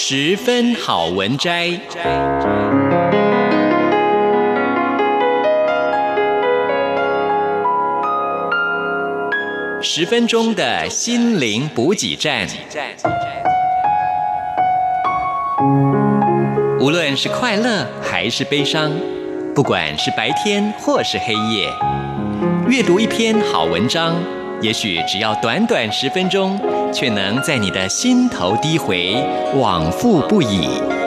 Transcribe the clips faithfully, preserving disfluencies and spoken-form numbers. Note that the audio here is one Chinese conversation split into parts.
十分好文摘。十分钟的心灵补给站。无论是快乐还是悲伤，不管是白天或是黑夜，阅读一篇好文章，也许只要短短十分钟，却能在你的心头低回，往复不已。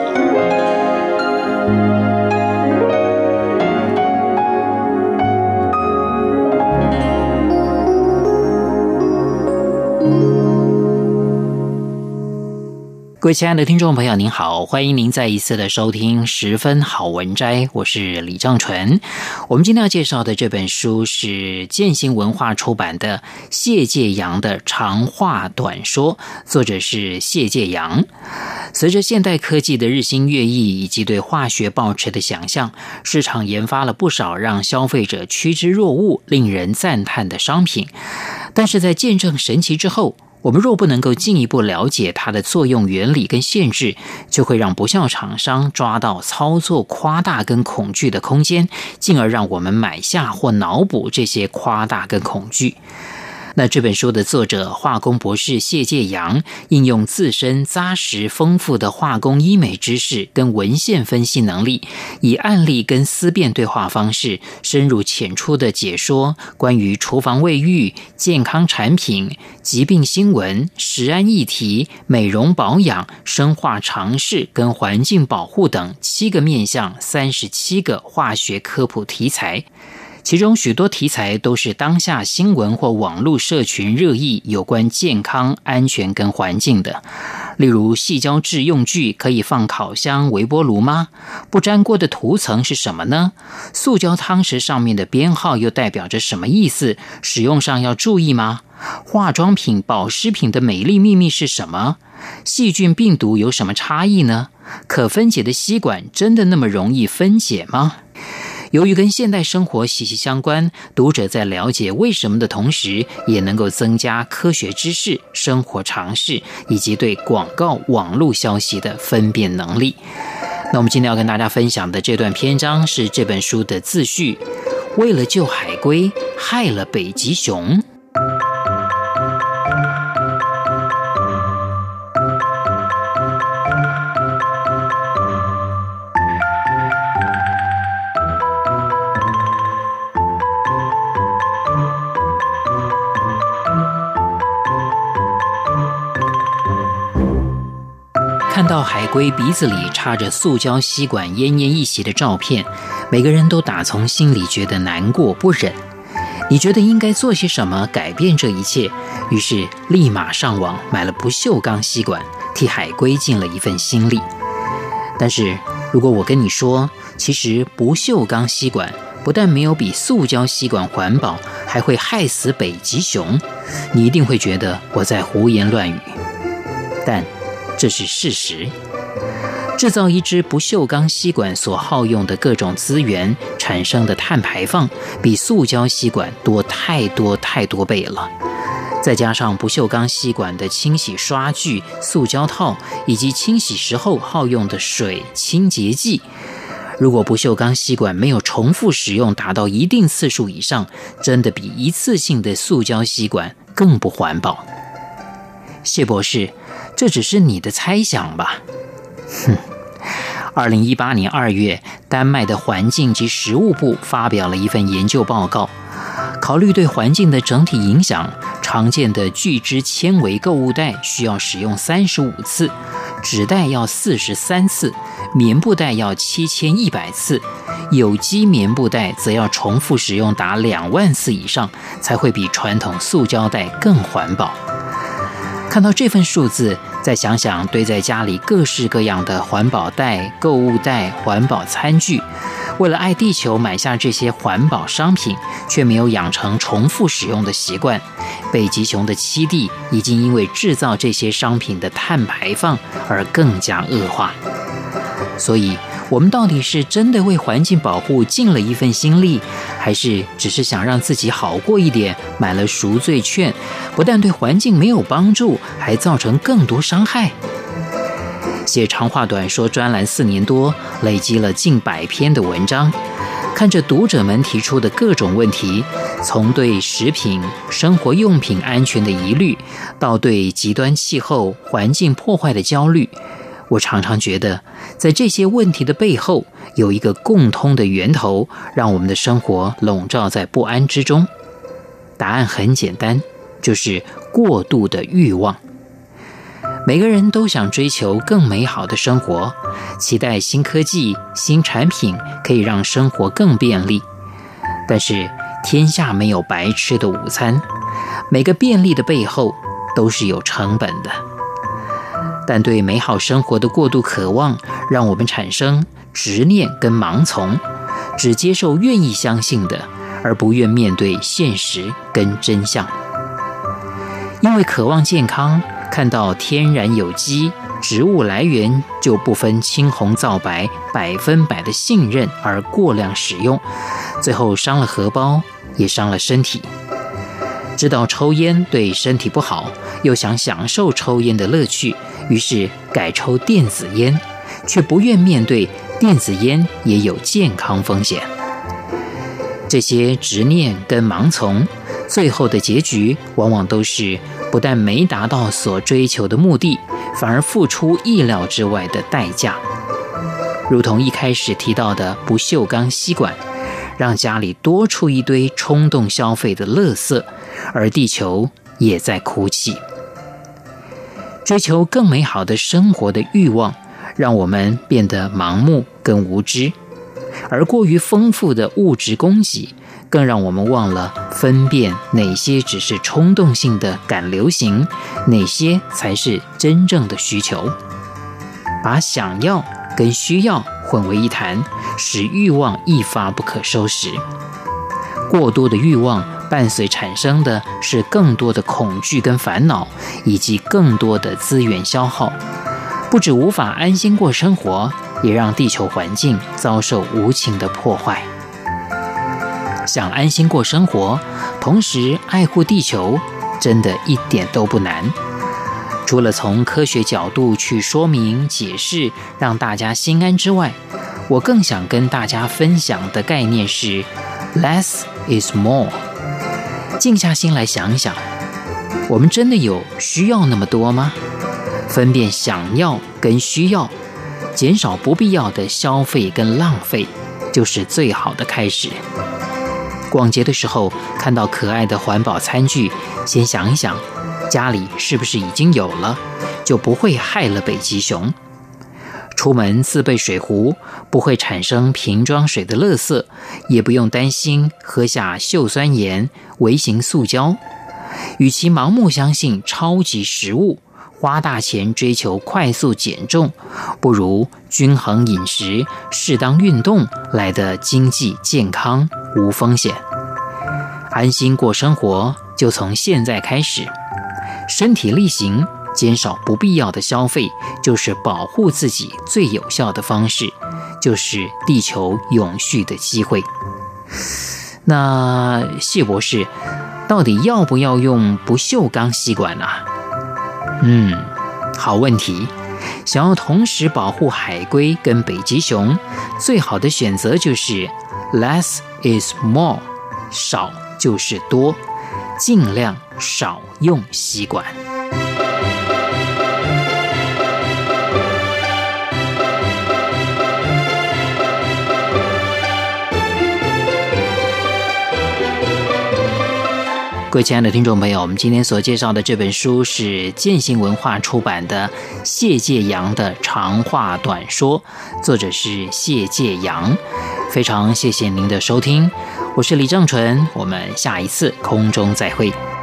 各位亲爱的听众朋友您好，欢迎您再一次的收听十分好文摘，我是李正纯。我们今天要介绍的这本书是建新文化出版的谢介阳的长话短说，作者是谢介阳。随着现代科技的日新月异以及对化学抱持的想象，市场研发了不少让消费者趋之若鹜令人赞叹的商品，但是在见证神奇之后，我们若不能够进一步了解它的作用原理跟限制，就会让不肖厂商抓到操作夸大跟恐惧的空间，进而让我们买下或脑补这些夸大跟恐惧。那这本书的作者化工博士谢介阳，应用自身扎实丰富的化工医美知识跟文献分析能力，以案例跟思辨对话方式，深入浅出的解说关于厨房卫浴、健康产品、疾病新闻、食安议题、美容保养、生化常识跟环境保护等七个面向三十七个化学科普题材。其中许多题材都是当下新闻或网络社群热议有关健康、安全跟环境的。例如，矽胶制用具可以放烤箱、微波炉吗？不粘锅的涂层是什么呢？塑胶汤匙上面的编号又代表着什么意思？使用上要注意吗？化妆品、保湿品的美丽秘密是什么？细菌、病毒有什么差异呢？可分解的吸管真的那么容易分解吗？由于跟现代生活息息相关，读者在了解为什么的同时，也能够增加科学知识、生活常识以及对广告、网络消息的分辨能力。那我们今天要跟大家分享的这段篇章是这本书的自序，为了救海龟，害了北极熊。看到海龟鼻子里插着塑胶吸管奄奄一息的照片，每个人都打从心里觉得难过不忍。你觉得应该做些什么改变这一切？于是立马上网买了不锈钢吸管，替海龟尽了一份心力。但是如果我跟你说，其实不锈钢吸管不但没有比塑胶吸管环保，还会害死北极熊，你一定会觉得我在胡言乱语。但这是事实。制造一支不锈钢吸管所耗用的各种资源产生的碳排放，比塑胶吸管多太多太多倍了。再加上不锈钢吸管的清洗刷具、塑胶套以及清洗时候耗用的水、清洁剂，如果不锈钢吸管没有重复使用达到一定次数以上，真的比一次性的塑胶吸管更不环保。谢博士，这只是你的猜想吧？哼！二零一八年二月，丹麦的环境及食物部发表了一份研究报告，考虑对环境的整体影响，常见的聚酯纤维购物袋需要使用三十五次，纸袋要四十三次，棉布袋要七千一百次，有机棉布袋则要重复使用达两万次以上，才会比传统塑胶袋更环保。看到这份数字，再想想堆在家里各式各样的环保袋、购物袋、环保餐具，为了爱地球买下这些环保商品，却没有养成重复使用的习惯，北极熊的栖地已经因为制造这些商品的碳排放而更加恶化。所以我们到底是真的为环境保护尽了一份心力，还是只是想让自己好过一点，买了赎罪券，不但对环境没有帮助，还造成更多伤害？ 写长话短说专栏四年多，累积了近百篇的文章。看着读者们提出的各种问题，从对食品、生活用品安全的疑虑，到对极端气候、环境破坏的焦虑，我常常觉得，在这些问题的背后，有一个共通的源头，让我们的生活笼罩在不安之中。答案很简单，就是过度的欲望。每个人都想追求更美好的生活，期待新科技、新产品可以让生活更便利。但是天下没有白吃的午餐，每个便利的背后都是有成本的。但对美好生活的过度渴望，让我们产生执念跟盲从，只接受愿意相信的，而不愿面对现实跟真相。因为渴望健康，看到天然有机植物来源就不分青红皂白，百分百的信任而过量使用，最后伤了荷包，也伤了身体。知道抽烟对身体不好，又想享受抽烟的乐趣，于是改抽电子烟，却不愿面对电子烟也有健康风险。这些执念跟盲从，最后的结局往往都是不但没达到所追求的目的，反而付出意料之外的代价。如同一开始提到的不锈钢吸管，让家里多出一堆冲动消费的垃圾，而地球也在哭泣。追求更美好的生活的欲望，让我们变得盲目跟无知，而过于丰富的物质供给，更让我们忘了分辨哪些只是冲动性的赶流行，哪些才是真正的需求。把想要跟需要混为一谈，使欲望一发不可收拾。过多的欲望伴随产生的是更多的恐惧跟烦恼，以及更多的资源消耗，不只无法安心过生活，也让地球环境遭受无情的破坏。想安心过生活，同时爱护地球，真的一点都不难。除了从科学角度去说明解释，让大家心安之外，我更想跟大家分享的概念是 Less is more。 静下心来想想，我们真的有需要那么多吗？分辨想要跟需要，减少不必要的消费跟浪费，就是最好的开始。逛街的时候看到可爱的环保餐具，先想一想家里是不是已经有了，就不会害了北极熊。出门自备水壶，不会产生瓶装水的垃圾，也不用担心喝下溴酸盐、微型塑胶。与其盲目相信超级食物，花大钱追求快速减重，不如均衡饮食、适当运动来得经济、健康、无风险。安心过生活，就从现在开始。身体力行，减少不必要的消费，就是保护自己最有效的方式，就是地球永续的机会。那谢博士，到底要不要用不锈钢吸管啊？嗯，好问题。想要同时保护海龟跟北极熊，最好的选择就是 less is more， 少就是多，尽量少用吸管。各位亲爱的听众朋友，我们今天所介绍的这本书是建行文化出版的谢介阳的长话短说，作者是谢介阳。非常谢谢您的收听，我是李正淳，我们下一次空中再会。